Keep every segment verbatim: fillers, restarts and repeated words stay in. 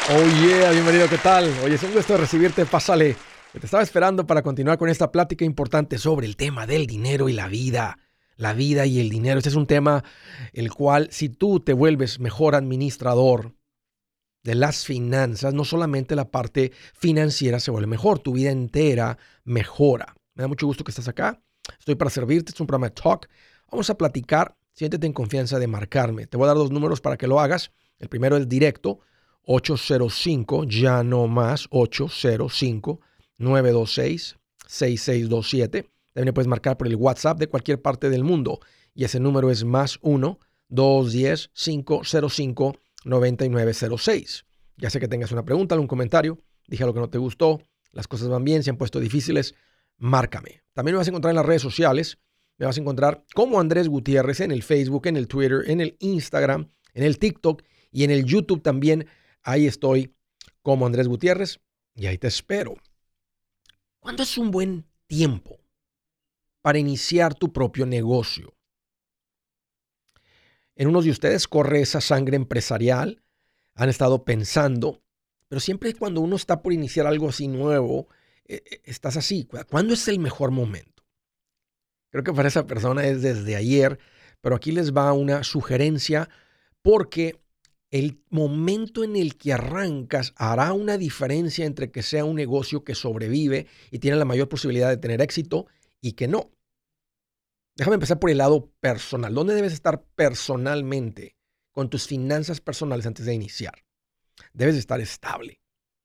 Oh yeah, bienvenido, ¿qué tal? Oye, es un gusto recibirte, pásale. Te estaba esperando para continuar con esta plática importante sobre el tema del dinero y la vida. La vida y el dinero. Este es un tema el cual, si tú te vuelves mejor administrador de las finanzas, no solamente la parte financiera se vuelve mejor, tu vida entera mejora. Me da mucho gusto que estás acá. Estoy para servirte, es un programa de talk. Vamos a platicar, siéntete en confianza de marcarme. Te voy a dar dos números para que lo hagas. El primero es directo, ocho cero cinco, ya no más, ocho cero cinco, nueve dos seis, seis seis dos siete. También me puedes marcar por el WhatsApp de cualquier parte del mundo. Y ese número es más uno, dos uno cero, cinco cero cinco, nueve nueve cero seis. Ya sé que tengas una pregunta, un comentario, dije lo que no te gustó, las cosas van bien, se han puesto difíciles, márcame. También me vas a encontrar en las redes sociales, me vas a encontrar como Andrés Gutiérrez en el Facebook, en el Twitter, en el Instagram, en el TikTok y en el YouTube también. Ahí estoy como Andrés Gutiérrez y ahí te espero. ¿Cuándo es un buen tiempo para iniciar tu propio negocio? En unos de ustedes corre esa sangre empresarial, han estado pensando, pero siempre cuando uno está por iniciar algo así nuevo, eh, eh, estás así. ¿Cuándo es el mejor momento? Creo que para esa persona es desde ayer, pero aquí les va una sugerencia porque el momento en el que arrancas hará una diferencia entre que sea un negocio que sobrevive y tiene la mayor posibilidad de tener éxito y que no. Déjame empezar por el lado personal. ¿Dónde debes estar personalmente con tus finanzas personales antes de iniciar? Debes estar estable.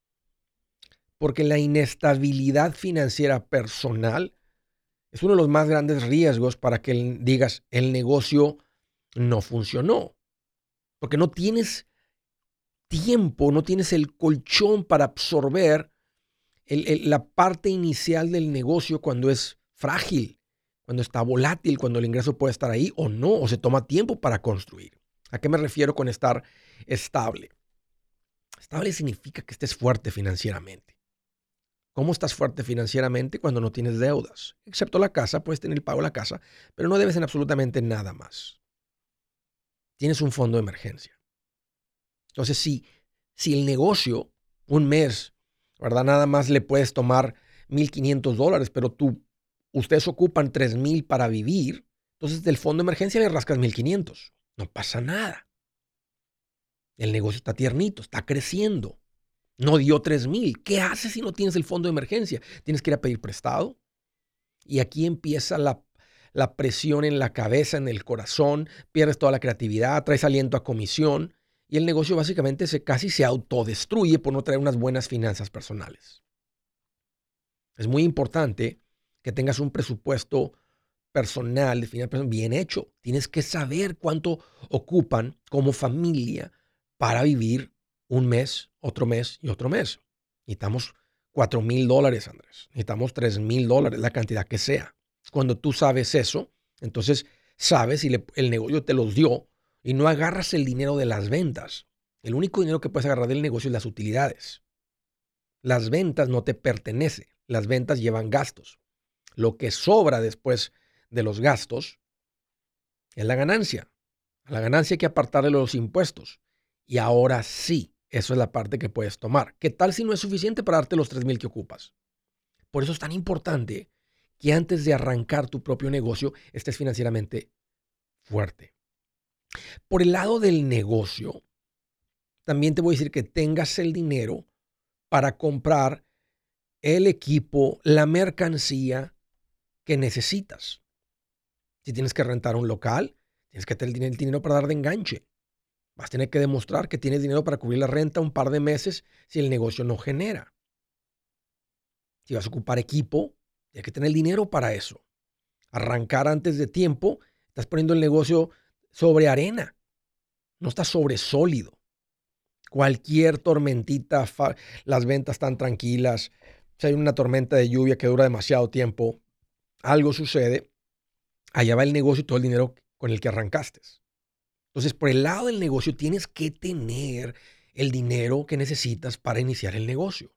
Porque la inestabilidad financiera personal es uno de los más grandes riesgos para que digas el negocio no funcionó. Porque no tienes tiempo, no tienes el colchón para absorber el, el, la parte inicial del negocio cuando es frágil, cuando está volátil, cuando el ingreso puede estar ahí o no, o se toma tiempo para construir. ¿A qué me refiero con estar estable? Estable significa que estés fuerte financieramente. ¿Cómo estás fuerte financieramente cuando no tienes deudas? Excepto la casa, puedes tener el pago de la casa, pero no debes en absolutamente nada más. Tienes un fondo de emergencia. Entonces, si, si el negocio, un mes, ¿verdad? Nada más le puedes tomar mil quinientos dólares, pero tú, ustedes ocupan tres mil para vivir, entonces del fondo de emergencia le rascas mil quinientos. No pasa nada. El negocio está tiernito, está creciendo. No dio tres mil. ¿Qué haces si no tienes el fondo de emergencia? Tienes que ir a pedir prestado. Y aquí empieza la, la presión en la cabeza, en el corazón. Pierdes toda la creatividad, traes aliento a comisión. Y el negocio básicamente se, casi se autodestruye por no traer unas buenas finanzas personales. Es muy importante que tengas un presupuesto personal de finanzas personales bien hecho. Tienes que saber cuánto ocupan como familia para vivir un mes, otro mes y otro mes. Necesitamos cuatro mil dólares, Andrés. Necesitamos tres mil dólares, la cantidad que sea. Cuando tú sabes eso, entonces sabes si le, el negocio te los dio y no agarras el dinero de las ventas. El único dinero que puedes agarrar del negocio es las utilidades. Las ventas no te pertenecen. Las ventas llevan gastos. Lo que sobra después de los gastos es la ganancia. A la ganancia hay que apartarle los impuestos. Y ahora sí, eso es la parte que puedes tomar. ¿Qué tal si no es suficiente para darte los tres mil que ocupas? Por eso es tan importante que antes de arrancar tu propio negocio estés financieramente fuerte. Por el lado del negocio, también te voy a decir que tengas el dinero para comprar el equipo, la mercancía que necesitas. Si tienes que rentar un local, tienes que tener el dinero para dar de enganche. Vas a tener que demostrar que tienes dinero para cubrir la renta un par de meses si el negocio no genera. Si vas a ocupar equipo, tienes que tener el dinero para eso. Arrancar antes de tiempo, estás poniendo el negocio sobre arena, no está sobre sólido. Cualquier tormentita, las ventas están tranquilas, si hay una tormenta de lluvia que dura demasiado tiempo, algo sucede, allá va el negocio y todo el dinero con el que arrancaste. Entonces, por el lado del negocio, tienes que tener el dinero que necesitas para iniciar el negocio.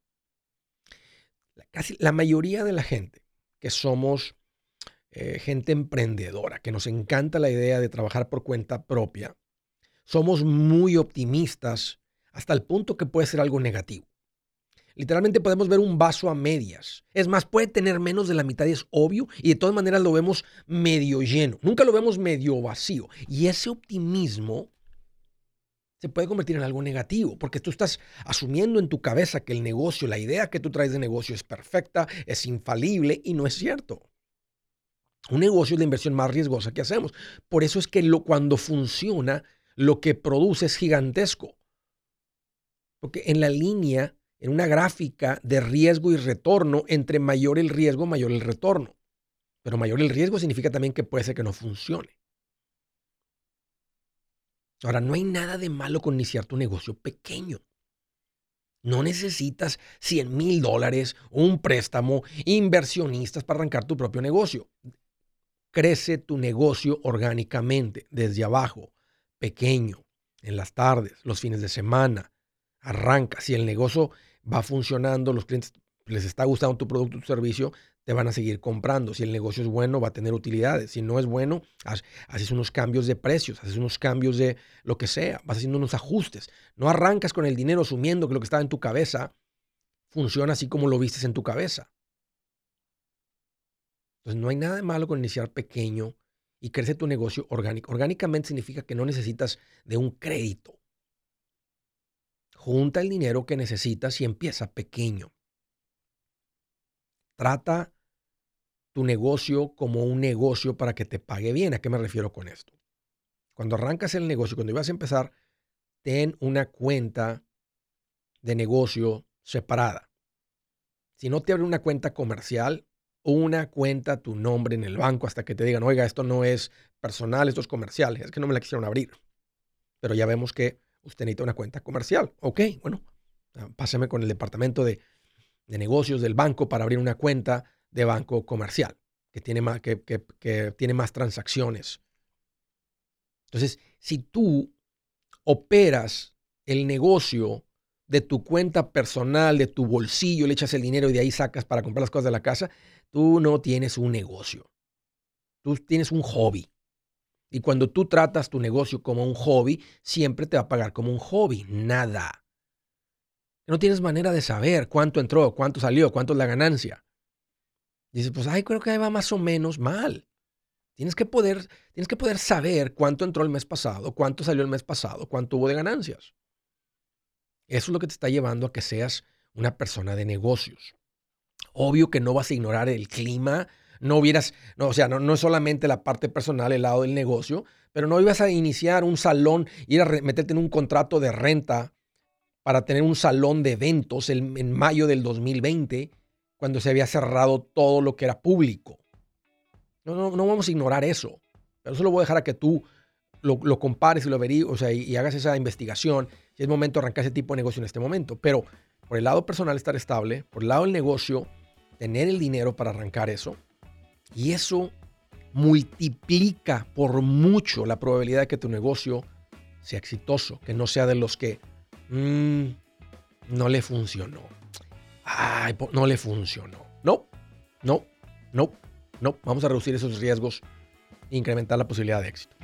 Casi la mayoría de la gente que somos eh, gente emprendedora, que nos encanta la idea de trabajar por cuenta propia, somos muy optimistas hasta el punto que puede ser algo negativo. Literalmente podemos ver un vaso a medias. Es más, puede tener menos de la mitad y es obvio, y de todas maneras lo vemos medio lleno. Nunca lo vemos medio vacío. Y ese optimismo se puede convertir en algo negativo, porque tú estás asumiendo en tu cabeza que el negocio, la idea que tú traes de negocio es perfecta, es infalible, y no es cierto. Un negocio es la inversión más riesgosa que hacemos. Por eso es que lo, cuando funciona, lo que produce es gigantesco. Porque en la línea, en una gráfica de riesgo y retorno, entre mayor el riesgo, mayor el retorno. Pero mayor el riesgo significa también que puede ser que no funcione. Ahora, no hay nada de malo con iniciar tu negocio pequeño. No necesitas cien mil dólares, un préstamo, inversionistas para arrancar tu propio negocio. Crece tu negocio orgánicamente, desde abajo, pequeño, en las tardes, los fines de semana. Arranca. Si el negocio va funcionando, los clientes les está gustando tu producto o tu servicio, te van a seguir comprando. Si el negocio es bueno, va a tener utilidades. Si no es bueno, haces unos cambios de precios, haces unos cambios de lo que sea, vas haciendo unos ajustes. No arrancas con el dinero asumiendo que lo que estaba en tu cabeza funciona así como lo vistes en tu cabeza. Entonces, no hay nada de malo con iniciar pequeño y crece tu negocio orgánico. Orgánicamente significa que no necesitas de un crédito. Junta el dinero que necesitas y empieza pequeño. Trata tu negocio como un negocio para que te pague bien. ¿A qué me refiero con esto? Cuando arrancas el negocio, cuando ibas a empezar, ten una cuenta de negocio separada. Si no te abre una cuenta comercial, una cuenta, tu nombre en el banco hasta que te digan, oiga, esto no es personal, esto es comercial. Es que no me la quisieron abrir. Pero ya vemos que usted necesita una cuenta comercial. Ok, bueno, pásame con el departamento de, de negocios del banco para abrir una cuenta de banco comercial que tiene más, que, que, que tiene más transacciones. Entonces, si tú operas el negocio de tu cuenta personal, de tu bolsillo, le echas el dinero y de ahí sacas para comprar las cosas de la casa, tú no tienes un negocio. Tú tienes un hobby. Y cuando tú tratas tu negocio como un hobby, siempre te va a pagar como un hobby. Nada. No tienes manera de saber cuánto entró, cuánto salió, cuánto es la ganancia. Dices, pues, ay, creo que ahí va más o menos mal. Tienes que poder, tienes que poder saber cuánto entró el mes pasado, cuánto salió el mes pasado, cuánto hubo de ganancias. Eso es lo que te está llevando a que seas una persona de negocios. Obvio que no vas a ignorar el clima, no hubieras, no, o sea, no, no es solamente la parte personal, el lado del negocio, pero no ibas a iniciar un salón, ir a re, meterte en un contrato de renta para tener un salón de eventos en, en mayo del dos mil veinte, cuando se había cerrado todo lo que era público. No, no, no vamos a ignorar eso. Pero eso lo voy a dejar a que tú lo, lo compares y lo averigues, o sea, y, y hagas esa investigación. Si es momento de arrancar ese tipo de negocio en este momento. Pero por el lado personal estar estable, por el lado del negocio, tener el dinero para arrancar eso. Y eso multiplica por mucho la probabilidad de que tu negocio sea exitoso, que no sea de los que mmm, no le funcionó. Ay, no le funcionó. No, no, no, no. Vamos a reducir esos riesgos e incrementar la posibilidad de éxito.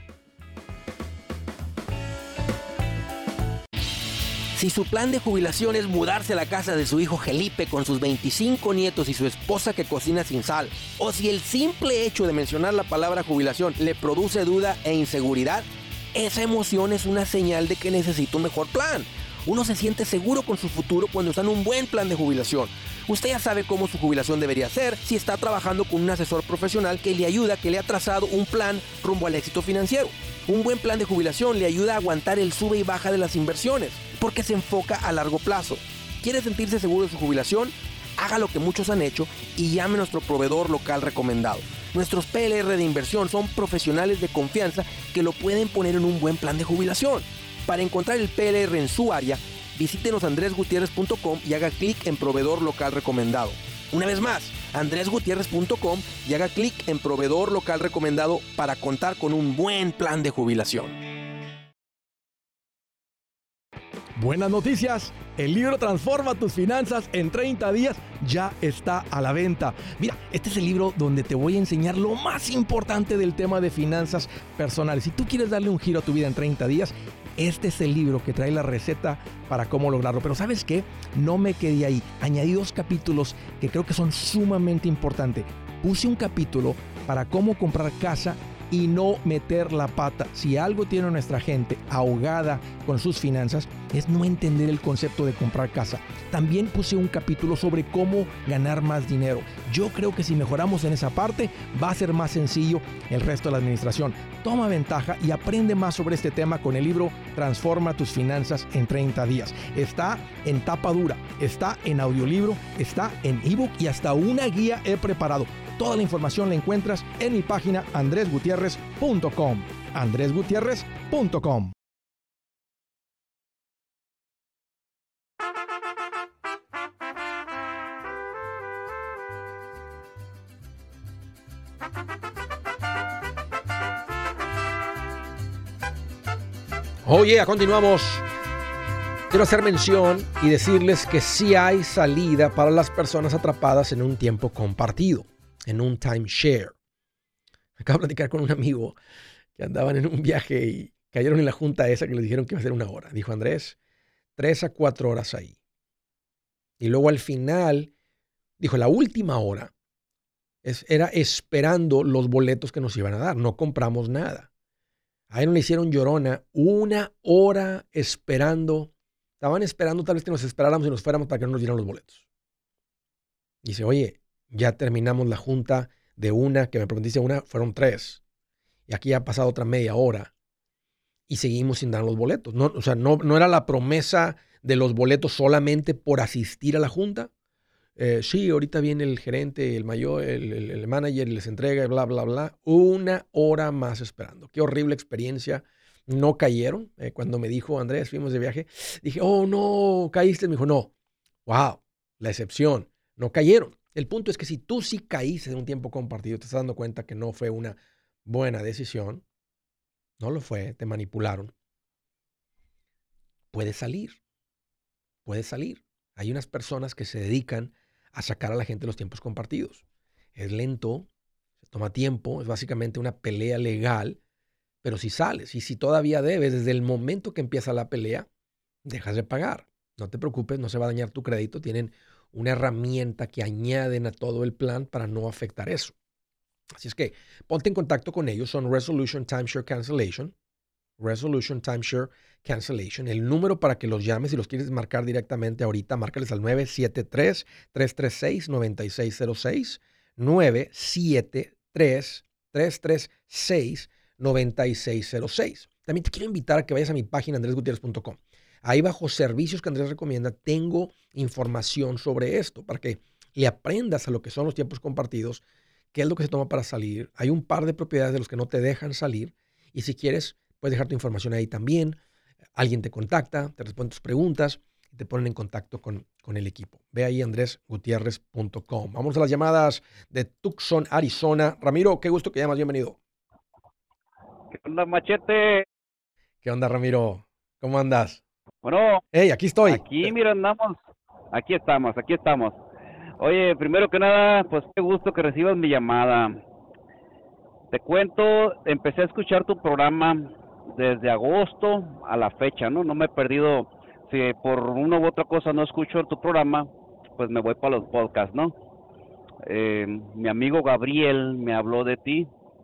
Si su plan de jubilación es mudarse a la casa de su hijo Felipe con sus veinticinco nietos y su esposa que cocina sin sal, o si el simple hecho de mencionar la palabra jubilación le produce duda e inseguridad, esa emoción es una señal de que necesita un mejor plan. Uno se siente seguro con su futuro cuando está en un buen plan de jubilación. Usted ya sabe cómo su jubilación debería ser si está trabajando con un asesor profesional que le ayuda, que le ha trazado un plan rumbo al éxito financiero. Un buen plan de jubilación le ayuda a aguantar el sube y baja de las inversiones, porque se enfoca a largo plazo. ¿Quiere sentirse seguro de su jubilación? Haga lo que muchos han hecho y llame a nuestro proveedor local recomendado. Nuestros P L R de inversión son profesionales de confianza que lo pueden poner en un buen plan de jubilación. Para encontrar el P L R en su área, visítenos andres gutierrez punto com y haga clic en proveedor local recomendado. Una vez más, andres gutierrez punto com y haga clic en proveedor local recomendado para contar con un buen plan de jubilación. Buenas noticias, el libro Transforma tus finanzas en treinta días ya está a la venta. Mira, este es el libro donde te voy a enseñar lo más importante del tema de finanzas personales. Si tú quieres darle un giro a tu vida en treinta días, Este es el libro que trae la receta para cómo lograrlo. Pero ¿sabes qué? No me quedé ahí. Añadí dos capítulos que creo que son sumamente importantes. Puse un capítulo para cómo comprar casa y no meter la pata. Si algo tiene nuestra gente ahogada con sus finanzas, es no entender el concepto de comprar casa. También puse un capítulo sobre cómo ganar más dinero. Yo creo que si mejoramos en esa parte, va a ser más sencillo el resto de la administración. Toma ventaja y aprende más sobre este tema con el libro Transforma tus finanzas en treinta días. Está en tapa dura, está en audiolibro, está en ebook y hasta una guía he preparado. Toda la información la encuentras en mi página andres gutierrez punto com. andres gutierrez punto com. Oye, continuamos. Quiero hacer mención y decirles que sí hay salida para las personas atrapadas en un tiempo compartido, en un timeshare. Acabo de platicar con un amigo que andaban en un viaje y cayeron en la junta esa que les dijeron que iba a ser una hora. Dijo Andrés, tres a cuatro horas ahí. Y luego al final, dijo, la última hora es, era esperando los boletos que nos iban a dar. No compramos nada. Ahí no le hicieron llorona. Una hora esperando. Estaban esperando tal vez que nos esperáramos y nos fuéramos para que no nos dieran los boletos. Dice, oye, ya terminamos la junta de una, que me preguntaste una, fueron tres. Y aquí ha pasado otra media hora. Y seguimos sin dar los boletos. No, o sea, no, no era la promesa de los boletos solamente por asistir a la junta. Eh, sí, ahorita viene el gerente, el mayor, el, el, el manager y les entrega, bla, bla, bla. Una hora más esperando. Qué horrible experiencia. No cayeron. Eh, cuando me dijo, Andrés, fuimos de viaje, dije, oh, no, caíste. Me dijo, no. Wow, la excepción. No cayeron. El punto es que si tú sí caíste en un tiempo compartido, te estás dando cuenta que no fue una buena decisión. No lo fue, te manipularon. Puedes salir. Puedes salir. Hay unas personas que se dedican a sacar a la gente de los tiempos compartidos. Es lento, se toma tiempo, es básicamente una pelea legal, pero si sales y si todavía debes, desde el momento que empieza la pelea, dejas de pagar. No te preocupes, no se va a dañar tu crédito. Tienen una herramienta que añaden a todo el plan para no afectar eso. Así es que ponte en contacto con ellos. Son Resolution Timeshare Cancellation. Resolution Timeshare Cancellation. El número para que los llames, si los quieres marcar directamente ahorita, márcales al nueve siete tres, tres tres seis, nueve seis cero seis. nueve siete tres, tres tres seis, nueve seis cero seis. También te quiero invitar a que vayas a mi página andres gutierrez punto com. Ahí bajo servicios que Andrés recomienda, tengo información sobre esto para que le aprendas a lo que son los tiempos compartidos, qué es lo que se toma para salir. Hay un par de propiedades de los que no te dejan salir y si quieres, puedes dejar tu información ahí también. Alguien te contacta, te responde tus preguntas y te ponen en contacto con, con el equipo. Ve ahí andres gutierrez punto com. Vamos a las llamadas de Tucson, Arizona. Ramiro, qué gusto que llamas. Bienvenido. ¿Qué onda, Machete? ¿Qué onda, Ramiro? ¿Cómo andas? Bueno, hey, aquí estoy. Aquí, mira, andamos. Aquí estamos, aquí estamos. Oye, primero que nada, pues qué gusto que recibas mi llamada. Te cuento, empecé a escuchar tu programa desde agosto a la fecha, ¿no? No me he perdido, si por una u otra cosa no escucho tu programa, pues me voy para los podcasts, ¿no? Eh, mi amigo Gabriel me habló de ti.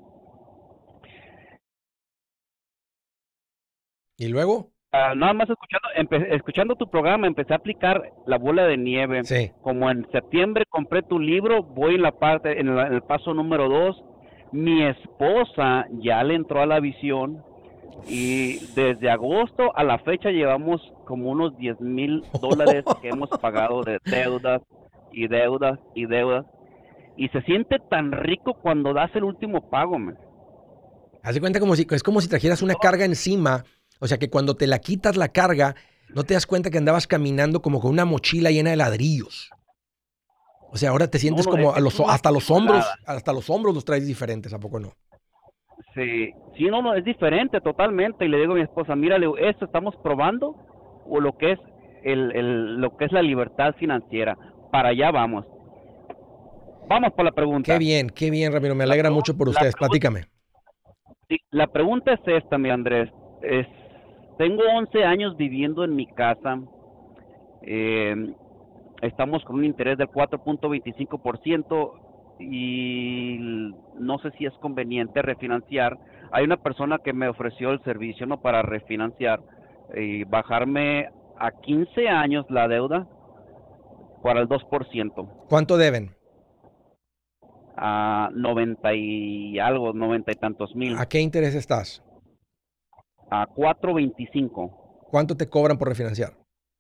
¿Y luego? Uh, nada más escuchando, empe- escuchando tu programa, empecé a aplicar la bola de nieve. Sí. Como en septiembre compré tu libro, voy en la parte, en, la, en el paso número dos. Mi esposa ya le entró a la visión y desde agosto a la fecha llevamos como unos diez mil dólares que hemos pagado de deudas y deudas y deudas. Y se siente tan rico cuando das el último pago, man. Haz de cuenta como si, es como si trajeras una carga encima. O sea que cuando te la quitas la carga, no te das cuenta que andabas caminando como con una mochila llena de ladrillos. O sea, ahora te sientes no, no, como a los, hasta los hombros, nada. hasta los hombros los traes diferentes, ¿a poco no? Sí, sí, no, no, es diferente totalmente. Y le digo a mi esposa, mírale, esto estamos probando o lo que es el, el, lo que es la libertad financiera. Para allá vamos. Vamos por la pregunta. Qué bien, qué bien, Ramiro. Me alegra la, mucho por ustedes. Pregunta, Platícame. Sí, la pregunta es esta, mi Andrés. Es, tengo once años viviendo en mi casa. Eh, estamos con un interés del cuatro punto veinticinco por ciento y no sé si es conveniente refinanciar. Hay una persona que me ofreció el servicio, ¿no?, para refinanciar y bajarme a quince años la deuda para el dos por ciento. ¿Cuánto deben? A noventa y algo, noventa y tantos mil. ¿A qué interés estás? A cuatro veinticinco. ¿Cuánto te cobran por refinanciar?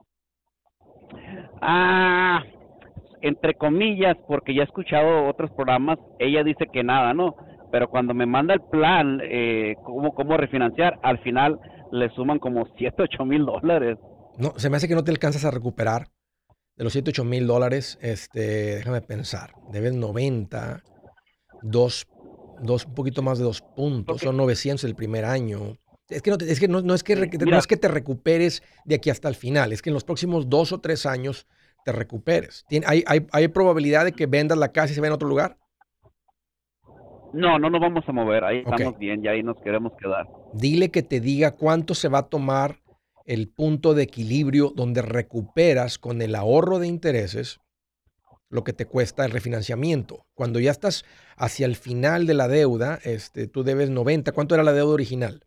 Ah, entre comillas, porque ya he escuchado otros programas, ella dice que nada, ¿no? Pero cuando me manda el plan, eh, cómo, cómo refinanciar, al final le suman como siete, ocho mil dólares. No, se me hace que no te alcanzas a recuperar de los siete, ocho mil dólares. Este, déjame pensar, debes noventa, dos, dos, un poquito más de dos puntos, Okay. son novecientos el primer año. Es que, no, te- es que no, no es que, Sí, re- no mira, es que te recuperes de aquí hasta el final, es que en los próximos dos o tres años te recuperes. ¿Tien- hay, hay, ¿Hay probabilidad de que vendas la casa y se vaya a otro lugar? no, no nos vamos a mover, ahí Ok. estamos bien, y ahí nos queremos quedar. Dile que te diga cuánto se va a tomar el punto de equilibrio donde recuperas con el ahorro de intereses lo que te cuesta el refinanciamiento. Cuando ya estás hacia el final de la deuda, este, tú debes noventa. ¿Cuánto era la deuda original?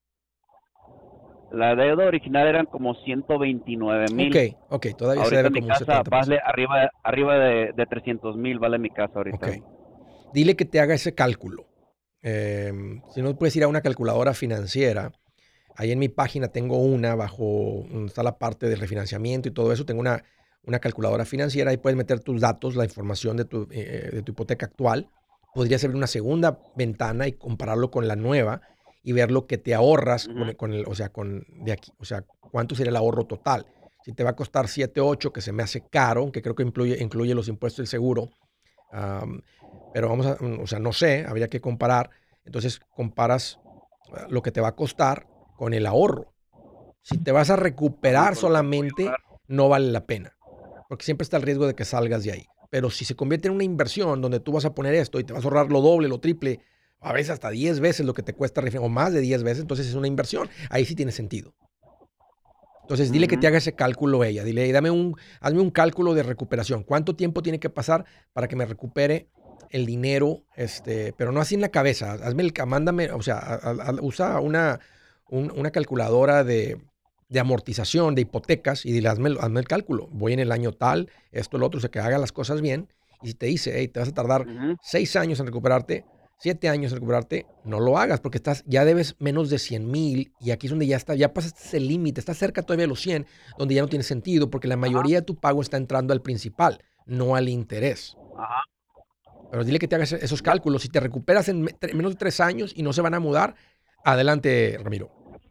La deuda original eran como ciento veintinueve Ok, mil. ok, todavía se Ahorita debe mi como un casa setenta por vale ciento. arriba, arriba de, de trescientos mil, vale mi casa ahorita. Ok. Dile que te haga ese cálculo. Em, si no, puedes ir a una calculadora financiera. Ahí en mi página tengo una, bajo donde está la parte del refinanciamiento y todo eso, tengo una, una calculadora financiera. Ahí puedes meter tus datos, la información de tu, eh, de tu hipoteca actual. Podrías abrir una segunda ventana y compararlo con la nueva y ver lo que te ahorras con, Ujú. el- con el, o sea, con de aquí, o sea, cuánto sería el ahorro total. Si te va a costar siete, ocho, que se me hace caro, que creo que incluye, incluye los impuestos del seguro, am, pero vamos a, o sea, no sé, habría que comparar. Entonces comparas eh, lo que te va a costar con el ahorro. Si te vas a Ajá, recuperar con lo que voy a solamente, ahorrar. no vale la pena, porque siempre está el riesgo de que salgas de ahí. Pero si se convierte en una inversión donde tú vas a poner esto y te vas a ahorrar lo doble, lo triple, a veces hasta diez veces lo que te cuesta refinanciar, o más de diez veces, entonces es una inversión. Ahí sí tiene sentido. Entonces dile que te Ujú. haga ese cálculo ella. Dile, "Hey, dame un, hazme un cálculo de recuperación. ¿Cuánto tiempo tiene que pasar para que me recupere el dinero? Este, pero no así en la cabeza. Hazme el, ca- mándame, o sea, a- a- a- usa una, un- una calculadora de, de amortización, de hipotecas, y dile, hazme, el- hazme el cálculo. Voy en el año tal, esto, lo otro, o sea, que haga las cosas bien. Y si te dice, hey, te vas a tardar Ujú. seis años en recuperarte, siete años en recuperarte, no lo hagas porque estás, ya debes menos de cien mil y aquí es donde ya está, ya pasaste el límite, estás cerca todavía de los cien, donde ya no tiene sentido porque la Ajá, mayoría de tu pago está entrando al principal, no al interés. ajá. Pero dile que te hagas esos Ya. cálculos. Si te recuperas en me- tre- menos de tres años y no se van a mudar, adelante, Ramiro.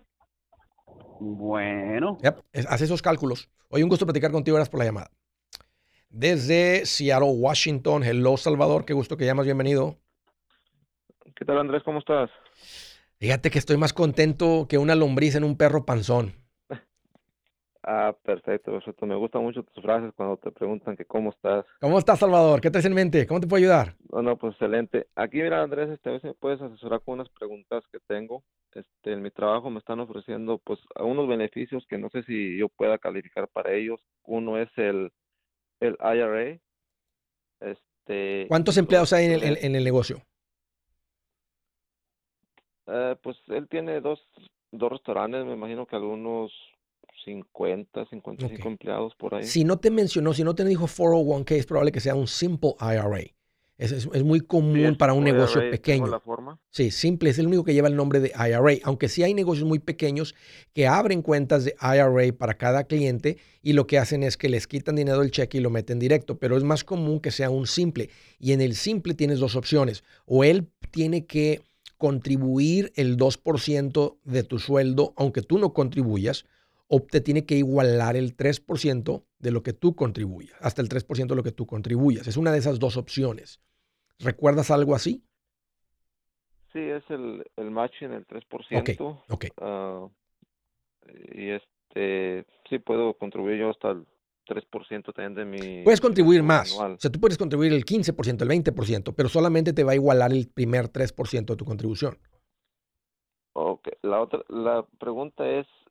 Bueno, Yep, es- haz esos cálculos. Hoy un gusto platicar contigo, gracias por la llamada. Desde Seattle, Washington. Hello, Salvador, qué gusto que llamas, bienvenido. ¿Qué tal, Andrés? ¿Cómo estás? Fíjate que estoy más contento que una lombriz en un perro panzón. Ah, perfecto, perfecto. Me gustan mucho tus frases cuando te preguntan que cómo estás. ¿Cómo estás, Salvador? ¿Qué traes en mente? ¿Cómo te puedo ayudar? Bueno, pues excelente. Aquí, mira, Andrés, este, a ver si me puedes asesorar con unas preguntas que tengo. Este, en mi trabajo me están ofreciendo, pues, algunos beneficios que no sé si yo pueda calificar para ellos. Uno es el, el I R A. Este, ¿Cuántos y empleados pues, hay en el, en- me- en el negocio? eh, pues él tiene dos, dos restaurantes, me imagino que algunos cincuenta, cincuenta y Ok. cinco empleados por ahí. Si no te mencionó, si no te dijo cuatro oh uno k, es probable que sea un simple I R A. Es, es- es muy Sí, común es para un tipo negocio I R A, tengo la pequeño. forma. Sí, simple, es el único que lleva el nombre de I R A, aunque sí hay negocios muy pequeños que abren cuentas de I R A para cada cliente y lo que hacen es que les quitan dinero del cheque y lo meten directo, pero es más común que sea un simple. Y en el simple tienes dos opciones, o él tiene que contribuir el dos por ciento de tu sueldo, aunque tú no contribuyas, o te tiene que igualar el tres por ciento de lo que tú contribuyas, hasta el tres por ciento de lo que tú contribuyas. Es una de esas dos opciones. ¿Recuerdas algo así? Sí, es el, el matching, el tres por Ok, ciento. ok. ah, y este, sí puedo contribuir yo hasta el tres por ciento también de mi Puedes contribuir ingreso más. anual. O sea, tú puedes contribuir el quince por ciento, el veinte por ciento, pero solamente te va a igualar el primer tres por ciento de tu contribución. Ok, la otra, la pregunta es,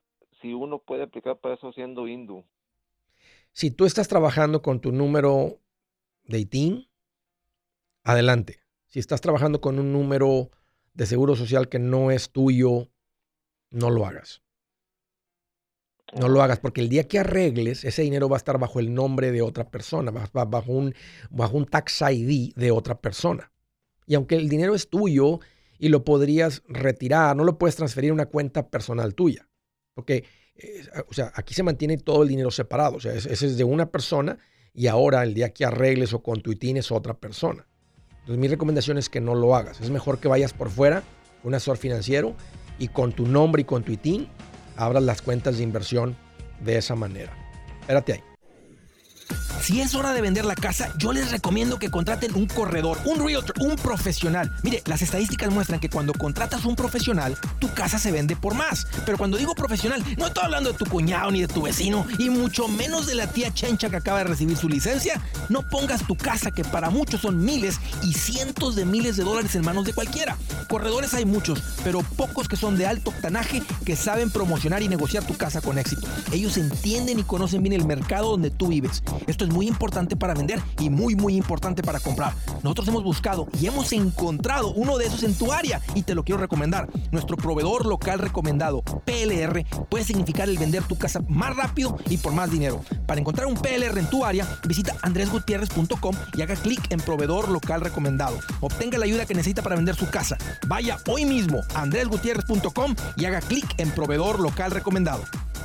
si uno puede aplicar para eso siendo hindú. Si tú estás trabajando con tu número de I T I N, adelante. Si estás trabajando con un número de seguro social que no es tuyo, no lo hagas. No lo hagas, porque el día que arregles, ese dinero va a estar bajo el nombre de otra persona, bajo un, bajo un tax I D de otra persona. Y aunque el dinero es tuyo y lo podrías retirar, no lo puedes transferir a una cuenta personal tuya. Porque, eh, o sea, aquí se mantiene todo el dinero separado. O sea, ese es de una persona y ahora el día que arregles o con tu I T I N es otra persona. Entonces mi recomendación es que no lo hagas. Es mejor que vayas por fuera, un asesor financiero, y con tu nombre y con tu I T I N abras las cuentas de inversión de esa manera. Espérate ahí. Si es hora de vender la casa, yo les recomiendo que contraten un corredor, un realtor, un profesional. Mire, las estadísticas muestran que cuando contratas un profesional, tu casa se vende por más. Pero cuando digo profesional, no estoy hablando de tu cuñado ni de tu vecino, y mucho menos de la tía Chencha que acaba de recibir su licencia. No pongas tu casa, que para muchos son miles y cientos de miles de dólares, en manos de cualquiera. Corredores hay muchos, pero pocos que son de alto octanaje, que saben promocionar y negociar tu casa con éxito. Ellos entienden y conocen bien el mercado donde tú vives. Esto es muy importante para vender y muy muy importante para comprar. Nosotros hemos buscado y hemos encontrado uno de esos en tu área y te lo quiero recomendar. Nuestro proveedor local recomendado, P L R, puede significar el vender tu casa más rápido y por más dinero. Para encontrar un P L R en tu área, visita andres gutierrez punto com y haga clic en proveedor local recomendado. Obtenga la ayuda que necesita para vender su casa. Vaya hoy mismo a andres gutierrez punto com y haga clic en proveedor local recomendado.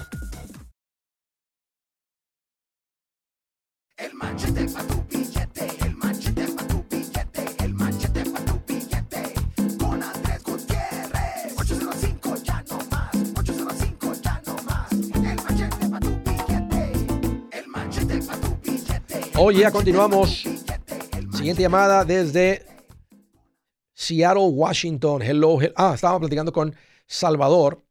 El machete pa' tu billete, el machete pa' tu billete, el machete pa' tu billete. Con Andrés Gutiérrez. ocho cero cinco ya no más, ocho cero cinco ya no más. El machete pa' tu billete, el machete pa' tu billete. Oye, ya continuamos. Siguiente llamada desde Seattle, Washington. Hello, hello. Ah, estábamos platicando con Salvador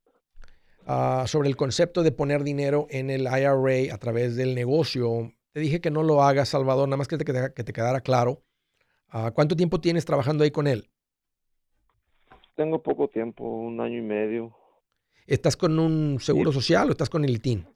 uh, sobre el concepto de poner dinero en el I R A a través del negocio. Te dije que no lo hagas, Salvador, nada más que te, que te quedara claro. Uh, ¿Cuánto tiempo tienes trabajando ahí con él? Tengo poco tiempo, un año y medio. ¿Estás con un seguro Sí. social o estás con el I T I N?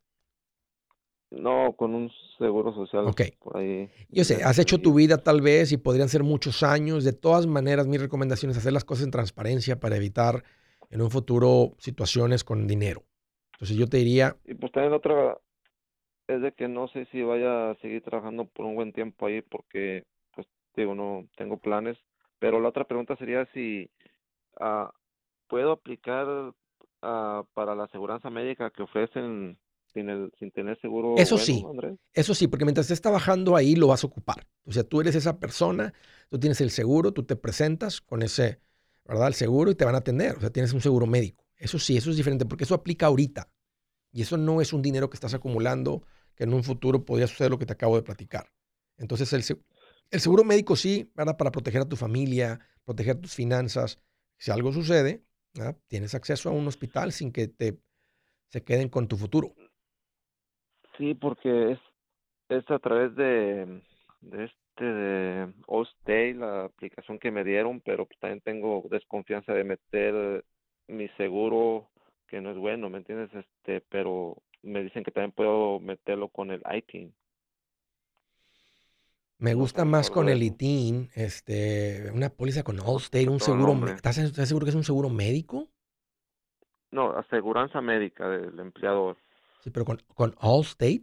No, con un seguro social. Ok. Por ahí. Yo sé, has hecho tu vida tal vez y podrían ser muchos años. De todas maneras, mi recomendación es hacer las cosas en transparencia para evitar en un futuro situaciones con dinero. Entonces yo te diría, Y pues también otra es de que no sé si vaya a seguir trabajando por un buen tiempo ahí porque, pues, digo, no tengo planes. Pero la otra pregunta sería si ah, puedo aplicar ah, para la aseguranza médica que ofrecen sin el sin tener seguro. eso Bueno, sí, Andrés. eso sí, porque mientras estés trabajando ahí lo vas a ocupar. O sea, tú eres esa persona, tú tienes el seguro, tú te presentas con ese, ¿verdad? El seguro y te van a atender. O sea, tienes un seguro médico. Eso sí, eso es diferente porque eso aplica ahorita. Y eso no es un dinero que estás acumulando que en un futuro podría suceder lo que te acabo de platicar. Entonces, el, se- el seguro médico sí, ¿verdad? Para proteger a tu familia, proteger tus finanzas. Si algo sucede, ¿verdad? Tienes acceso a un hospital sin que te se queden con tu futuro. Sí, porque es es a través de de este de Allstate, la aplicación que me dieron, pero pues también tengo desconfianza de meter mi seguro que no es bueno, ¿me entiendes? Este, pero me dicen que también puedo meterlo con el I T I N. Me No gusta sé más mejor con de el eso. I T I N, este, una póliza con Allstate, un Todo el seguro. me- nombre. ¿Estás, estás seguro que es un seguro médico? No, aseguranza médica del empleador. Sí, pero con, con Allstate.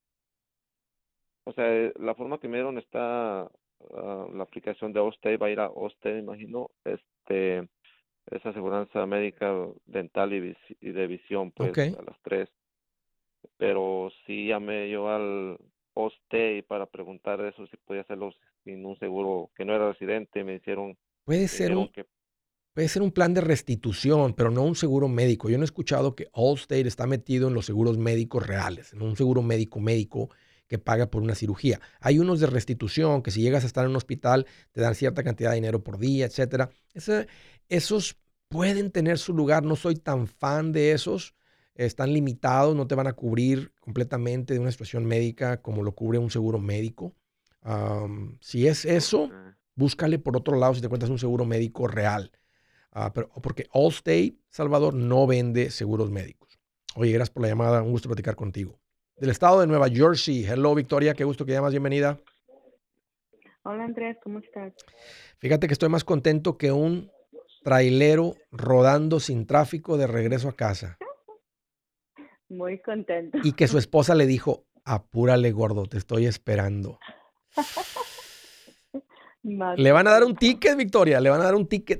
O sea, eh, la forma que me dieron está ah, la aplicación de Allstate, va a ir a Allstate, imagino, este, es aseguranza médica dental y, vis- y de visión, pues, Ok. a las tres. Pero sí llamé yo al Allstate para preguntar eso, si podía hacerlo sin un seguro que no era residente, me hicieron, Puede me ser dijeron un, que puede ser un plan de restitución, pero no un seguro médico. Yo no he escuchado que Allstate está metido en los seguros médicos reales, en un seguro médico médico que paga por una cirugía. Hay unos de restitución que si llegas a estar en un hospital te dan cierta cantidad de dinero por día, etcétera. Ese- esos pueden tener su lugar. No soy tan fan de esos. Están limitados, no te van a cubrir completamente de una situación médica como lo cubre un seguro médico. Am, si es eso, eh, búscale por otro lado si te cuentas un seguro médico real. Ah, pero, porque Allstate, Salvador, no vende seguros médicos. Oye, gracias por la llamada. Un gusto platicar contigo. Del estado de Nueva Jersey. Hello, Victoria. Qué gusto que llamas. Bienvenida. Hola Andrés, ¿cómo estás? Fíjate que estoy más contento que un trailero rodando sin tráfico de regreso a casa. Muy contento. Y que su esposa le dijo, apúrale, gordo, te estoy esperando. Más Le van a dar un contenta. ticket, Victoria. Le van a dar un ticket.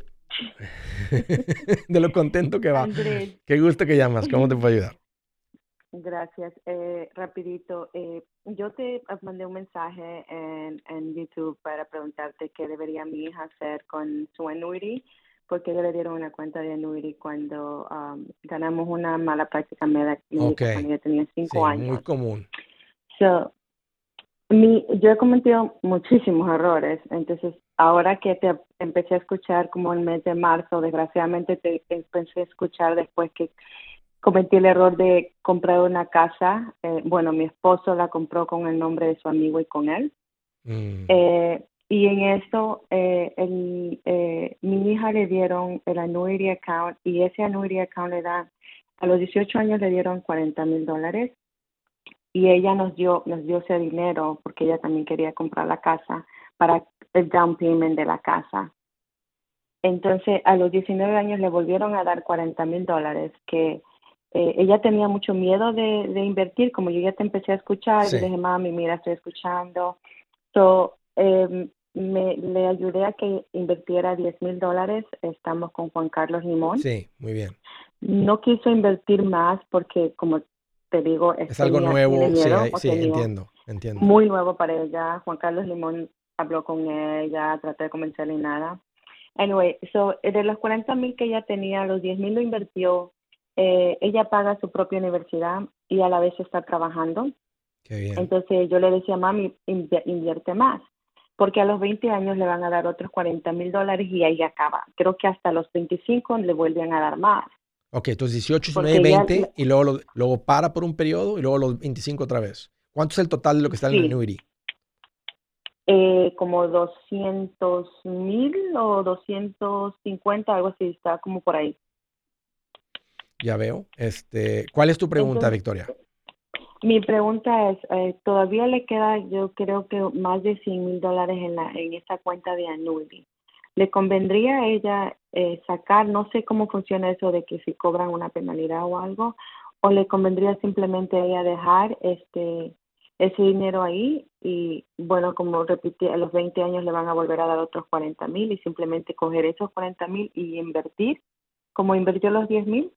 De lo contento que va. Andrés, Qué gusto que llamas. ¿Cómo te puedo ayudar? gracias. Eh, rapidito, eh, yo te mandé un mensaje en, en YouTube para preguntarte qué debería mi hija hacer con su annuity, porque le dieron una cuenta de annuity cuando um, ganamos una mala práctica médica Ok. cuando ella tenía Sí, cinco muy años. común. So, mi, yo he cometido muchísimos errores, entonces ahora que te empecé a escuchar como el mes de marzo, desgraciadamente te empecé a escuchar después que cometí el error de comprar una casa. Eh, bueno, mi esposo la compró con el nombre de su amigo y con él. Mm, Eh, y en eso, eh, el, eh, mi hija le dieron el annuity account y ese annuity account le dan, a los dieciocho años le dieron cuarenta mil dólares y ella nos dio, nos dio ese dinero porque ella también quería comprar la casa para el down payment de la casa. Entonces, a los diecinueve años le volvieron a dar cuarenta mil dólares que eh, ella tenía mucho miedo de, de invertir, como yo ya te empecé a escuchar, Sí. yo dije, mami, mira, estoy escuchando. So, eh, me, le ayudé a que invirtiera diez mil dólares, estamos con Juan Carlos Limón. sí, muy bien. No quiso invertir más porque, como te digo, es- Es algo tenía, tiene nuevo. Sí, miedo hay- o sí, tenía entiendo, entiendo. muy nuevo para ella. Juan Carlos Limón habló con ella, traté de convencerle y nada. Anyway, so, eh, de los cuarenta mil que ella tenía, los diez mil lo invirtió. Eh, ella paga su propia universidad y a la vez está trabajando. Qué bien. Entonces yo le decía, mami, inv- invierte más, porque a los veinte años le van a dar otros cuarenta mil dólares y ahí acaba. Creo que hasta los veinticinco le vuelven a dar más. Ok, entonces dieciocho, Porque diecinueve, ya- veinte y luego, lo- luego para por un periodo y luego los veinticinco otra vez. ¿Cuánto es el total de lo que está en el Sí. annuity? Eh, como doscientos mil o doscientos cincuenta, algo así, está como por ahí. Ya veo. Este, ¿cuál es tu pregunta, Entonces, Victoria? Mi pregunta es, eh, ¿todavía le queda, yo creo que más de cien mil dólares en la en esa cuenta de annuity? ¿Le convendría a ella eh, sacar, no sé cómo funciona eso de que si cobran una penalidad o algo, o le convendría simplemente a ella dejar este ese dinero ahí y, bueno, como repetí, a los veinte años le van a volver a dar otros cuarenta mil y simplemente coger esos cuarenta mil y invertir, como invirtió los diez mil?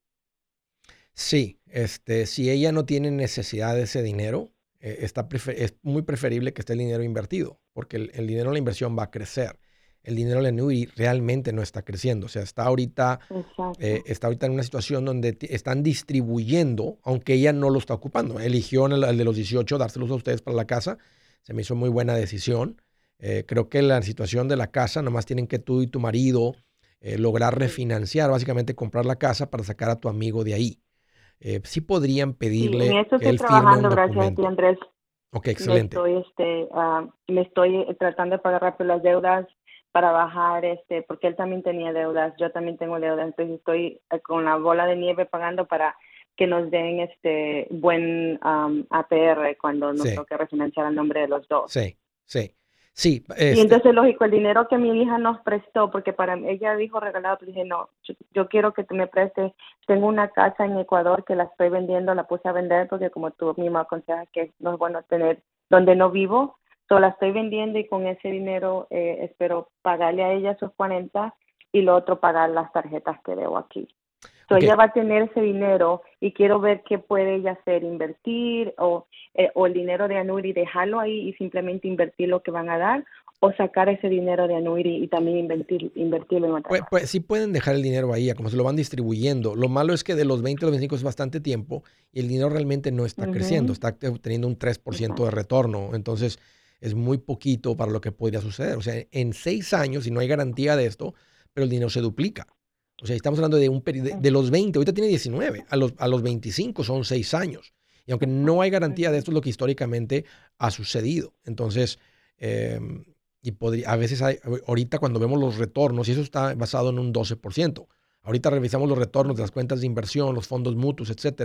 Sí, este, si ella no tiene necesidad de ese dinero, eh, está prefe- es muy preferible que esté el dinero invertido, porque el, el dinero en la inversión va a crecer. El dinero en la annuity realmente no está creciendo. O sea, está ahorita, Exacto. eh, está ahorita en una situación donde ti- están distribuyendo, aunque ella no lo está ocupando. Eligió en el, el de los dieciocho dárselos a ustedes para la casa. Se me hizo muy buena decisión. Eh, creo que la situación de la casa, nomás tienen que tú y tu marido eh, lograr refinanciar, básicamente comprar la casa para sacar a tu amigo de ahí. Eh, sí podrían Sí, en pedirle eso que estoy él firme un trabajando, gracias a ti, documento. Andrés. Ok, Me excelente. estoy, este, ah, me estoy eh, tratando de pagar rápido las deudas para bajar, este, porque él también tenía deudas, yo también tengo deudas, entonces estoy eh, con la bola de nieve pagando para que nos den este buen um, A P R cuando nos Sí, toque refinanciar el nombre de los dos. sí, sí. Sí, Y este, entonces, lógico, el dinero que mi hija nos prestó, porque para mí- ella dijo regalado, pero dije, no, yo, yo quiero que tú me prestes. Tengo una casa en Ecuador que la estoy vendiendo, la puse a vender porque como tú mismo aconsejas que no es bueno tener donde no vivo, so la estoy vendiendo y con ese dinero eh, espero pagarle a ella sus cuarenta y lo otro pagar las tarjetas que debo aquí. So ok, ella va a tener ese dinero y quiero ver qué puede ella hacer, invertir o, eh, o el dinero de annuity, dejarlo ahí y simplemente invertir lo que van a dar o sacar ese dinero de annuity y también invertir, invertirlo en otra pues, cosa. pues sí pueden dejar el dinero ahí, a como se lo van distribuyendo. Lo malo es que de los veinte a los veinticinco es bastante tiempo y el dinero realmente no está creciendo, Ujú, está te- teniendo un tres por ciento de exacto. retorno. Entonces es muy poquito para lo que podría suceder. O sea, en seis años, y no hay garantía de esto, pero el dinero se duplica. O sea, estamos hablando de un peri- de, de los veinte, ahorita tiene diecinueve, a los, a los veinticinco son seis años. Y aunque no hay garantía de Ujú. esto, es lo que históricamente ha sucedido. Entonces, eh, y podría, a veces hay, ahorita cuando vemos los retornos, y eso está basado en un doce por ciento. Ahorita revisamos los retornos de las cuentas de inversión, los fondos mutuos, etcétera,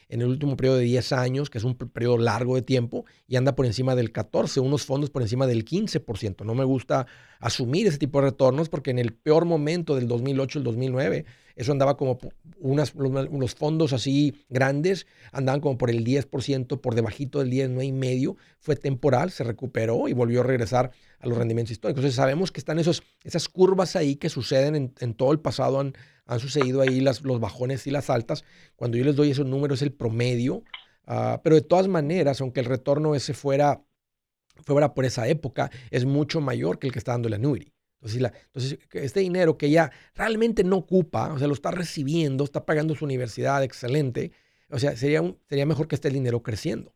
en el último periodo de diez años, que es un periodo largo de tiempo, y anda por encima del catorce, unos fondos por encima del quince por ciento. No me gusta asumir ese tipo de retornos porque en el peor momento del dos mil ocho, el dos mil nueve, eso andaba como unas, unos fondos así grandes, andaban como por el diez por ciento, por debajito del diez, nueve y medio. Fue temporal, se recuperó y volvió a regresar a los rendimientos históricos. Entonces sabemos que están esos, esas curvas ahí que suceden en, en todo el pasado, han, han sucedido ahí las, los bajones y las altas. Cuando yo les doy esos números es el promedio, uh, pero de todas maneras, aunque el retorno ese fuera, fuera por esa época, es mucho mayor que el que está dando el annuity. Entonces, la, entonces, este dinero que ya realmente no ocupa, o sea, lo está recibiendo, está pagando su universidad, excelente, o sea, sería, un, sería mejor que esté el dinero creciendo.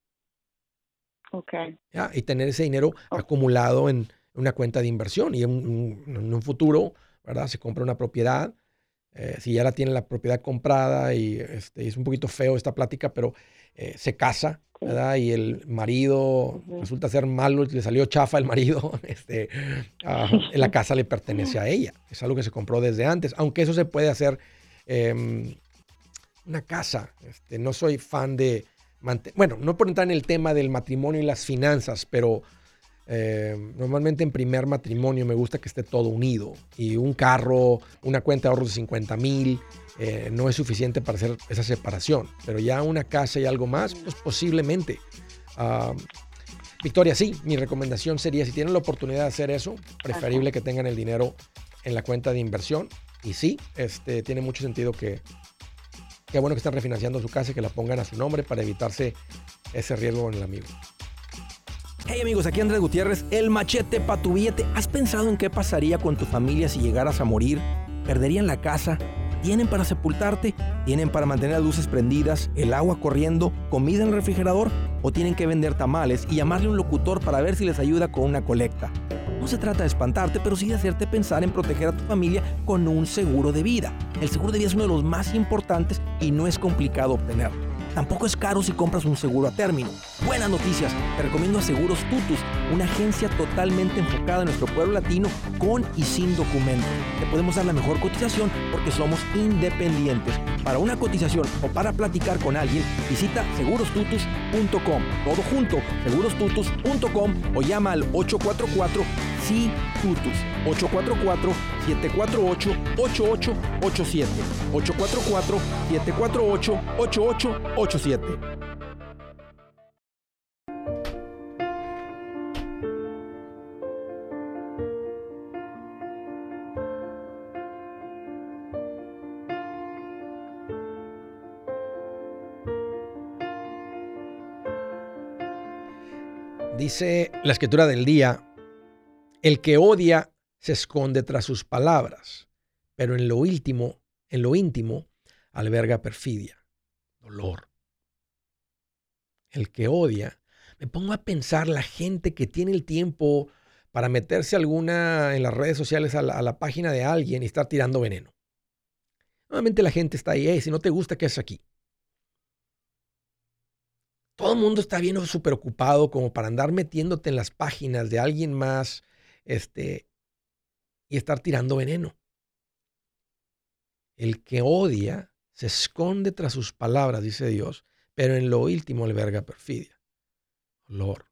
Ok. ¿Ya? Y tener ese dinero acumulado en una cuenta de inversión y en un, en un futuro, ¿verdad? Se compra una propiedad, eh, si ya la tiene la propiedad comprada y este, es un poquito feo esta plática, pero eh, se casa, ¿verdad? Y el marido uh-huh. resulta ser malo, le salió chafa el marido, este, uh, la casa le pertenece a ella, es algo que se compró desde antes, aunque eso se puede hacer eh, una casa. Este, no soy fan de Bueno, no por entrar en el tema del matrimonio y las finanzas, pero eh, normalmente en primer matrimonio me gusta que esté todo unido. Y un carro, una cuenta de ahorros de cincuenta mil, eh, no es suficiente para hacer esa separación. Pero ya una casa y algo más, pues posiblemente. Uh, Victoria, sí, mi recomendación sería, si tienen la oportunidad de hacer eso, preferible que tengan el dinero en la cuenta de inversión. Y sí, este, tiene mucho sentido que... Qué bueno que están refinanciando su casa y que la pongan a su nombre para evitarse ese riesgo en el amigo. Hey amigos, aquí Andrés Gutiérrez, el machete para tu billete. ¿Has pensado en qué pasaría con tu familia si llegaras a morir? ¿Perderían la casa? ¿Tienen para sepultarte? ¿Tienen para mantener las luces prendidas, el agua corriendo, comida en el refrigerador? ¿O tienen que vender tamales y llamarle a un locutor para ver si les ayuda con una colecta? No se trata de espantarte, pero sí de hacerte pensar en proteger a tu familia con un seguro de vida. El seguro de vida es uno de los más importantes y no es complicado obtenerlo. Tampoco es caro si compras un seguro a término. Buenas noticias, te recomiendo a Seguros Tutus, una agencia totalmente enfocada en nuestro pueblo latino con y sin documentos. Te podemos dar la mejor cotización porque somos independientes. Para una cotización o para platicar con alguien, visita seguros tutus punto com. Todo junto, seguros tutus punto com o llama al ocho cuatro cuatro S I Tutus, ocho cuatro cuatro, siete cuatro ocho, ocho ocho ocho siete, ocho cuatro cuatro, siete cuatro ocho, ocho ocho ocho siete. Dice la escritura del día, el que odia se esconde tras sus palabras, pero en lo íntimo, en lo íntimo alberga perfidia, dolor. El que odia, me pongo a pensar la gente que tiene el tiempo para meterse alguna en las redes sociales a la, a la página de alguien y estar tirando veneno. Normalmente la gente está ahí, hey, si no te gusta, ¿qué haces aquí? Todo el mundo está bien súper ocupado como para andar metiéndote en las páginas de alguien más este, y estar tirando veneno. El que odia se esconde tras sus palabras, dice Dios, pero en lo íntimo alberga perfidia, dolor.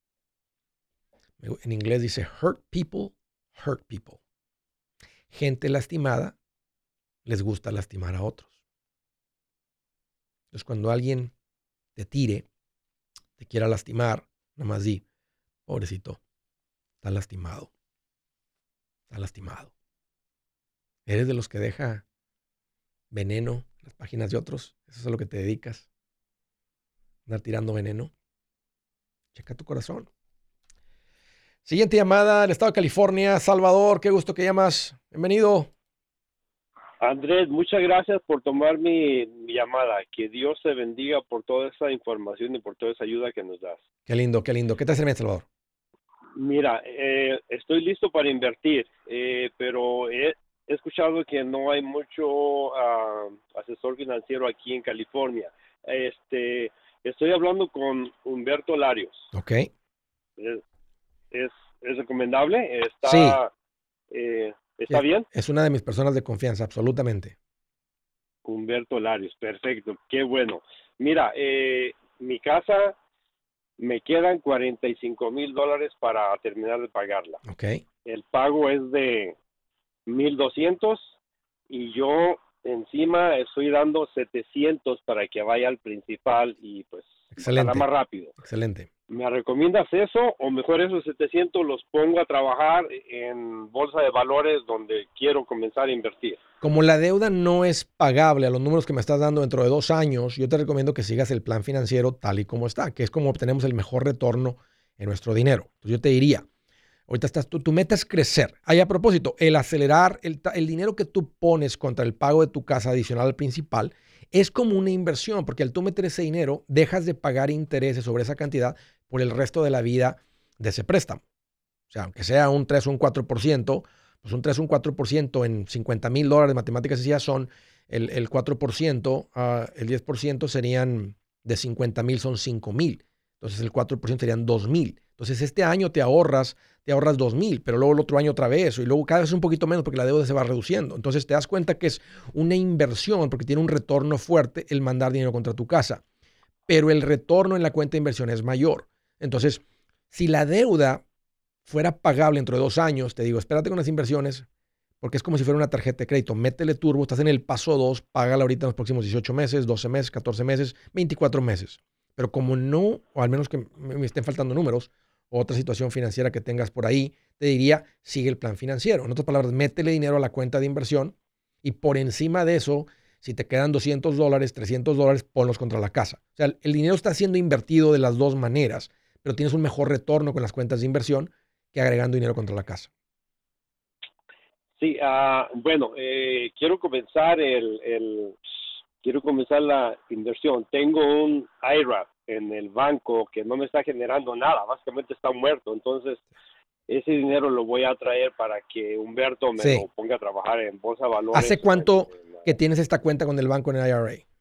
En inglés dice hurt people, hurt people. Gente lastimada les gusta lastimar a otros. Entonces cuando alguien te tire, te quiera lastimar, nada más di, pobrecito, está lastimado, está lastimado. ¿Eres de los que deja veneno en las páginas de otros? ¿Eso es a lo que te dedicas? ¿Andar tirando veneno? Checa tu corazón. Siguiente llamada del estado de California. Salvador, qué gusto que llamas. Bienvenido. Andrés, muchas gracias por tomar mi, mi llamada. Que Dios te bendiga por toda esa información y por toda esa ayuda que nos das. Qué lindo, qué lindo. ¿Qué te hace bien, Salvador? Mira, eh, estoy listo para invertir, eh, pero he, he escuchado que no hay mucho uh, asesor financiero aquí en California. Este, estoy hablando con Humberto Larios. Ok. ¿Es, es, es recomendable? ¿Está, sí. eh, ¿está bien? Es una de mis personas de confianza, absolutamente. Humberto Larios, perfecto, qué bueno. Mira, eh, mi casa me quedan cuarenta y cinco mil dólares para terminar de pagarla. Ok. El pago es de mil doscientos y yo encima estoy dando setecientos para que vaya al principal y pues Excelente. ojalá más rápido. Excelente. ¿Me recomiendas eso o mejor esos setecientos los pongo a trabajar en bolsa de valores donde quiero comenzar a invertir? Como la deuda no es pagable a los números que me estás dando dentro de dos años, yo te recomiendo que sigas el plan financiero tal y como está, que es como obtenemos el mejor retorno en nuestro dinero. Entonces yo te diría, ahorita estás, tu, tu meta es crecer. Ahí a propósito, el acelerar, el, ta- el dinero que tú pones contra el pago de tu casa adicional al principal es como una inversión, porque al tú meter ese dinero, dejas de pagar intereses sobre esa cantidad por el resto de la vida de ese préstamo. O sea, aunque sea un tres o un cuatro por ciento, pues un tres o un cuatro por ciento en cincuenta mil dólares, matemáticas sencillas son el, el cuatro por ciento, uh, el diez por ciento serían de cincuenta mil, son cinco mil. Entonces el cuatro por ciento serían dos mil. Entonces este año te ahorras, te ahorras dos mil, pero luego el otro año otra vez, y luego cada vez un poquito menos porque la deuda se va reduciendo. Entonces te das cuenta que es una inversión porque tiene un retorno fuerte el mandar dinero contra tu casa, pero el retorno en la cuenta de inversión es mayor. Entonces, si la deuda fuera pagable dentro de dos años, te digo, espérate con las inversiones, porque es como si fuera una tarjeta de crédito. Métele turbo, estás en el paso dos, págala ahorita en los próximos dieciocho meses, doce meses, catorce meses, veinticuatro meses. Pero como no, o al menos que me estén faltando números, o otra situación financiera que tengas por ahí, te diría, sigue el plan financiero. En otras palabras, métele dinero a la cuenta de inversión y por encima de eso, si te quedan doscientos dólares, trescientos dólares, ponlos contra la casa. O sea, el dinero está siendo invertido de las dos maneras, pero tienes un mejor retorno con las cuentas de inversión que agregando dinero contra la casa. Sí, ah, bueno, eh, quiero comenzar el, el quiero comenzar la inversión. Tengo un I R A en el banco que no me está generando nada, básicamente está muerto. Entonces, ese dinero lo voy a traer para que Humberto me Sí. lo ponga a trabajar en bolsa de valores. ¿Hace cuánto que tienes esta cuenta con el banco en el I R A?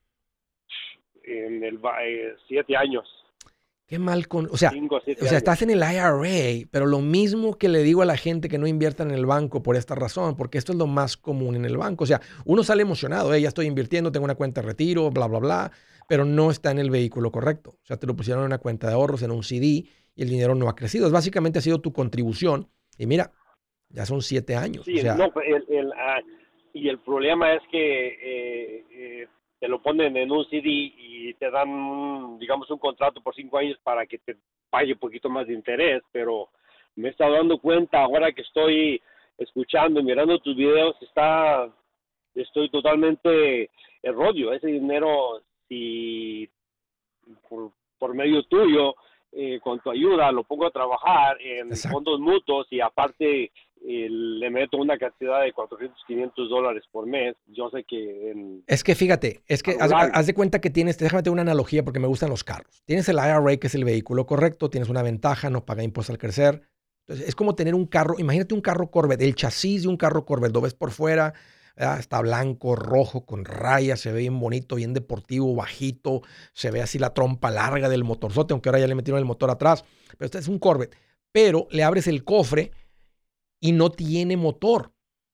En el ba- eh, siete años. Qué mal con, o sea, Cinco, siete o sea, años. estás en el I R A, pero lo mismo que le digo a la gente que no inviertan en el banco por esta razón, porque esto es lo más común en el banco. O sea, uno sale emocionado, eh, ya estoy invirtiendo, tengo una cuenta de retiro, bla, bla, bla, pero no está en el vehículo correcto. O sea, te lo pusieron en una cuenta de ahorros, en un C D, y el dinero no ha crecido. Es básicamente ha sido tu contribución. Y mira, ya son siete años. Sí, o sea, no, el, el, ah, y el problema es que eh, eh, te lo ponen en un C D y te dan, un, digamos, un contrato por cinco años para que te pague un poquito más de interés, pero me he estado dando cuenta ahora que estoy escuchando y mirando tus videos, está, estoy totalmente erróneo. Ese dinero, si por, por medio tuyo, eh, con tu ayuda, lo pongo a trabajar en Exacto. fondos mutuos y aparte eh, le meto una cantidad de cuatrocientos, quinientos dólares por mes. Yo sé que en... es que fíjate, es que A lo haz, largo. haz de cuenta que tienes, déjame tener una analogía porque me gustan los carros. Tienes el I R A, que es el vehículo correcto, tienes una ventaja, no paga impuestos al crecer. Entonces, es como tener un carro, imagínate un carro Corvette, el chasis de un carro Corvette, lo ves por fuera, ¿verdad? Está blanco, rojo, con rayas, se ve bien bonito, bien deportivo, bajito, se ve así la trompa larga del motorzote, aunque ahora ya le metieron el motor atrás, pero este es un Corvette. Pero le abres el cofre y no tiene motor.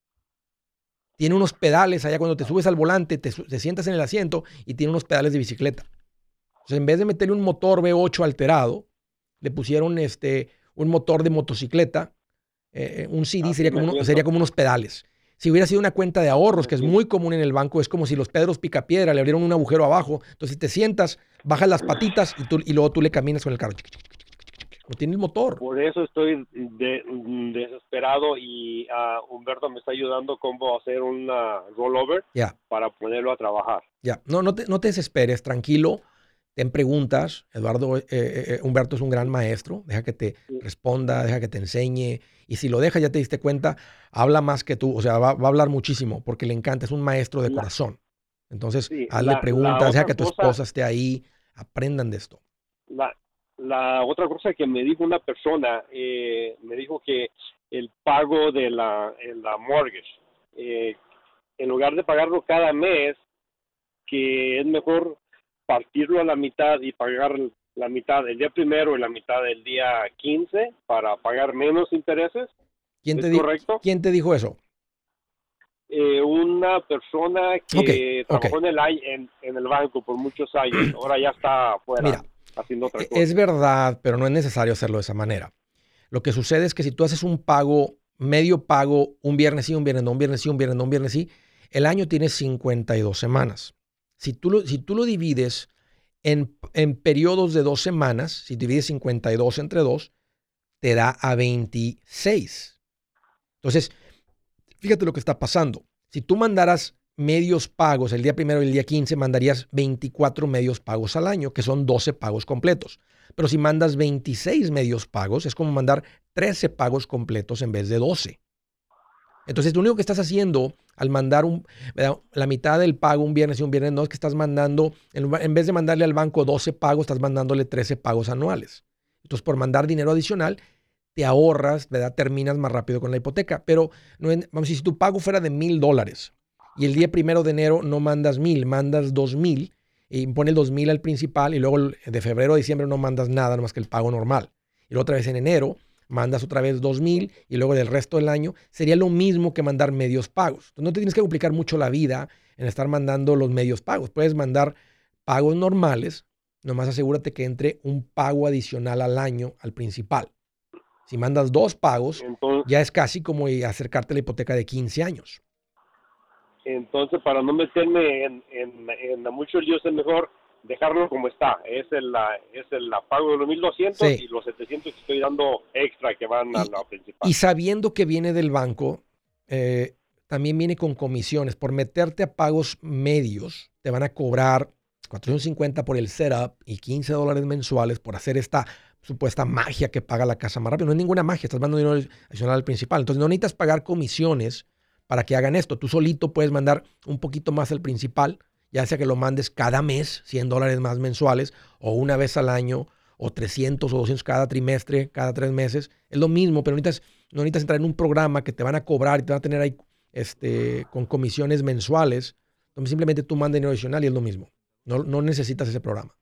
Tiene unos pedales allá cuando te subes al volante, te, su- te sientas en el asiento y tiene unos pedales de bicicleta. Entonces, en vez de meterle un motor V ocho alterado, le pusieron este, un motor de motocicleta, eh, un C D Así sería me como, uno- siento. sería como unos pedales. Si hubiera sido una cuenta de ahorros, Me que es siento. muy común en el banco, es como si los Pedros Picapiedra le abrieron un agujero abajo. Entonces te sientas, bajas las patitas y, tú, y luego tú le caminas con el carro. No tiene el motor. Por eso estoy de- desesperado y uh, Humberto me está ayudando cómo hacer una rollover Ya, para ponerlo a trabajar. ya. No, no te, no te desesperes, tranquilo. Ten preguntas. Eduardo, eh, eh, Humberto es un gran maestro. Deja que te responda, deja que te enseñe. Y si lo deja, ya te diste cuenta, habla más que tú. O sea, va, va a hablar muchísimo porque le encanta. Es un maestro de La- corazón. Entonces, Sí, hazle la- la preguntas, deja otra que tu cosa- esposa esté ahí. Aprendan de esto. La, la otra cosa que me dijo una persona, eh, me dijo que el pago de la, en la mortgage, eh, en lugar de pagarlo cada mes, que es mejor partirlo a la mitad y pagar la mitad el día primero y la mitad del día quince para pagar menos intereses. ¿Quién ¿Es te, di- correcto? ¿Quién te dijo eso? eh, una persona que Ok, trabajó ok. en, el, ay- en, en el banco por muchos años. Ahora ya está afuera Mira, haciendo otra e- cosa. es verdad, pero no es necesario hacerlo de esa manera. Lo que sucede es que si tú haces un pago, medio pago, un viernes sí, un viernes no, un viernes sí, un viernes no, un viernes sí, el año tiene cincuenta y dos semanas. Si tú lo, si tú lo divides en, en periodos de dos semanas, si divides cincuenta y dos entre dos, te da a veintiséis. Entonces, fíjate lo que está pasando. Si tú mandaras medios pagos el día primero y el día quince, mandarías veinticuatro medios pagos al año, que son doce pagos completos. Pero si mandas veintiséis medios pagos, es como mandar trece pagos completos en vez de doce. Entonces, lo único que estás haciendo al mandar un, ¿verdad? La mitad del pago un viernes y un viernes no, es que estás mandando, en, lugar- en vez de mandarle al banco doce pagos, estás mandándole trece pagos anuales. Entonces, por mandar dinero adicional, te ahorras, ¿verdad? Terminas más rápido con la hipoteca. Pero, no en- vamos a decir, si tu pago fuera de mil dólares y el día primero de enero no mandas mil, mandas dos mil y pone el dos mil al principal y luego el- de febrero a diciembre no mandas nada, más que el pago normal. Y luego otra vez en enero mandas otra vez dos mil y luego del resto del año sería lo mismo que mandar medios pagos. Entonces, no te tienes que complicar mucho la vida en estar mandando los medios pagos. Puedes mandar pagos normales, nomás asegúrate que entre un pago adicional al año al principal. Si mandas dos pagos, Entonces, ya es casi como acercarte a la hipoteca de quince años. entonces para no meterme en, en, en muchos líos es mejor dejarlo como está. Es el, la- es el la pago de los mil doscientos Sí. y los setecientos que estoy dando extra que van a Y- la principal. Y sabiendo que viene del banco, eh, también viene con comisiones. Por meterte a pagos medios, te van a cobrar cuatrocientos cincuenta por el setup y quince dólares mensuales por hacer esta supuesta magia que paga la casa más rápido. No es ninguna magia, estás mandando dinero adicional al principal. Entonces no necesitas pagar comisiones para que hagan esto. Tú solito puedes mandar un poquito más al principal, ya sea que lo mandes cada mes, cien dólares más mensuales, o una vez al año, o trescientos o doscientos cada trimestre, cada tres meses. Es lo mismo, pero no necesitas, no necesitas entrar en un programa que te van a cobrar y te van a tener ahí este, con comisiones mensuales. Entonces simplemente tú mandas dinero adicional y es lo mismo. No, no necesitas ese programa.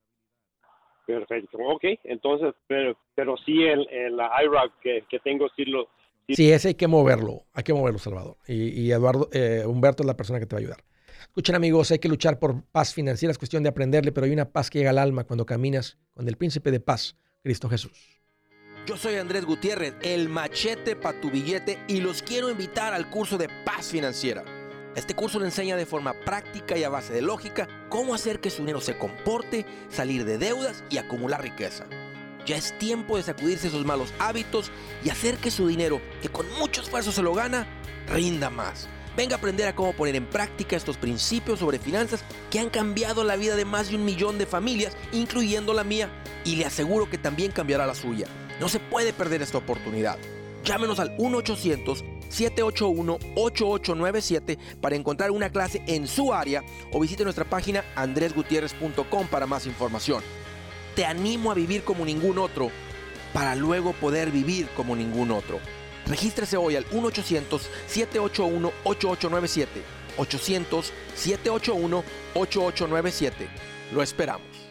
Perfecto, ok. Entonces, pero, pero sí el, el I R A que, que tengo sí lo... sí- Sí, ese hay que moverlo, hay que moverlo, Salvador. Y, y Eduardo, eh, Humberto es la persona que te va a ayudar. Escuchen, amigos, hay que luchar por paz financiera, es cuestión de aprenderle, pero hay una paz que llega al alma cuando caminas con el príncipe de paz, Cristo Jesús. Yo soy Andrés Gutiérrez, el machete para tu billete, y los quiero invitar al curso de paz financiera. Este curso le enseña de forma práctica y a base de lógica cómo hacer que su dinero se comporte, salir de deudas y acumular riqueza. Ya es tiempo de sacudirse esos malos hábitos y hacer que su dinero, que con mucho esfuerzo se lo gana, rinda más. Venga a aprender a cómo poner en práctica estos principios sobre finanzas que han cambiado la vida de más de un millón de familias, incluyendo la mía, y le aseguro que también cambiará la suya. No se puede perder esta oportunidad. Llámenos al uno ochocientos, siete ocho uno, ocho ocho nueve siete para encontrar una clase en su área o visite nuestra página andres gutierrez punto com para más información. Te animo a vivir como ningún otro para luego poder vivir como ningún otro. Regístrese hoy al uno ochocientos, siete ocho uno, ocho ocho nueve siete. ochocientos, siete ocho uno, ocho ocho nueve siete. Lo esperamos.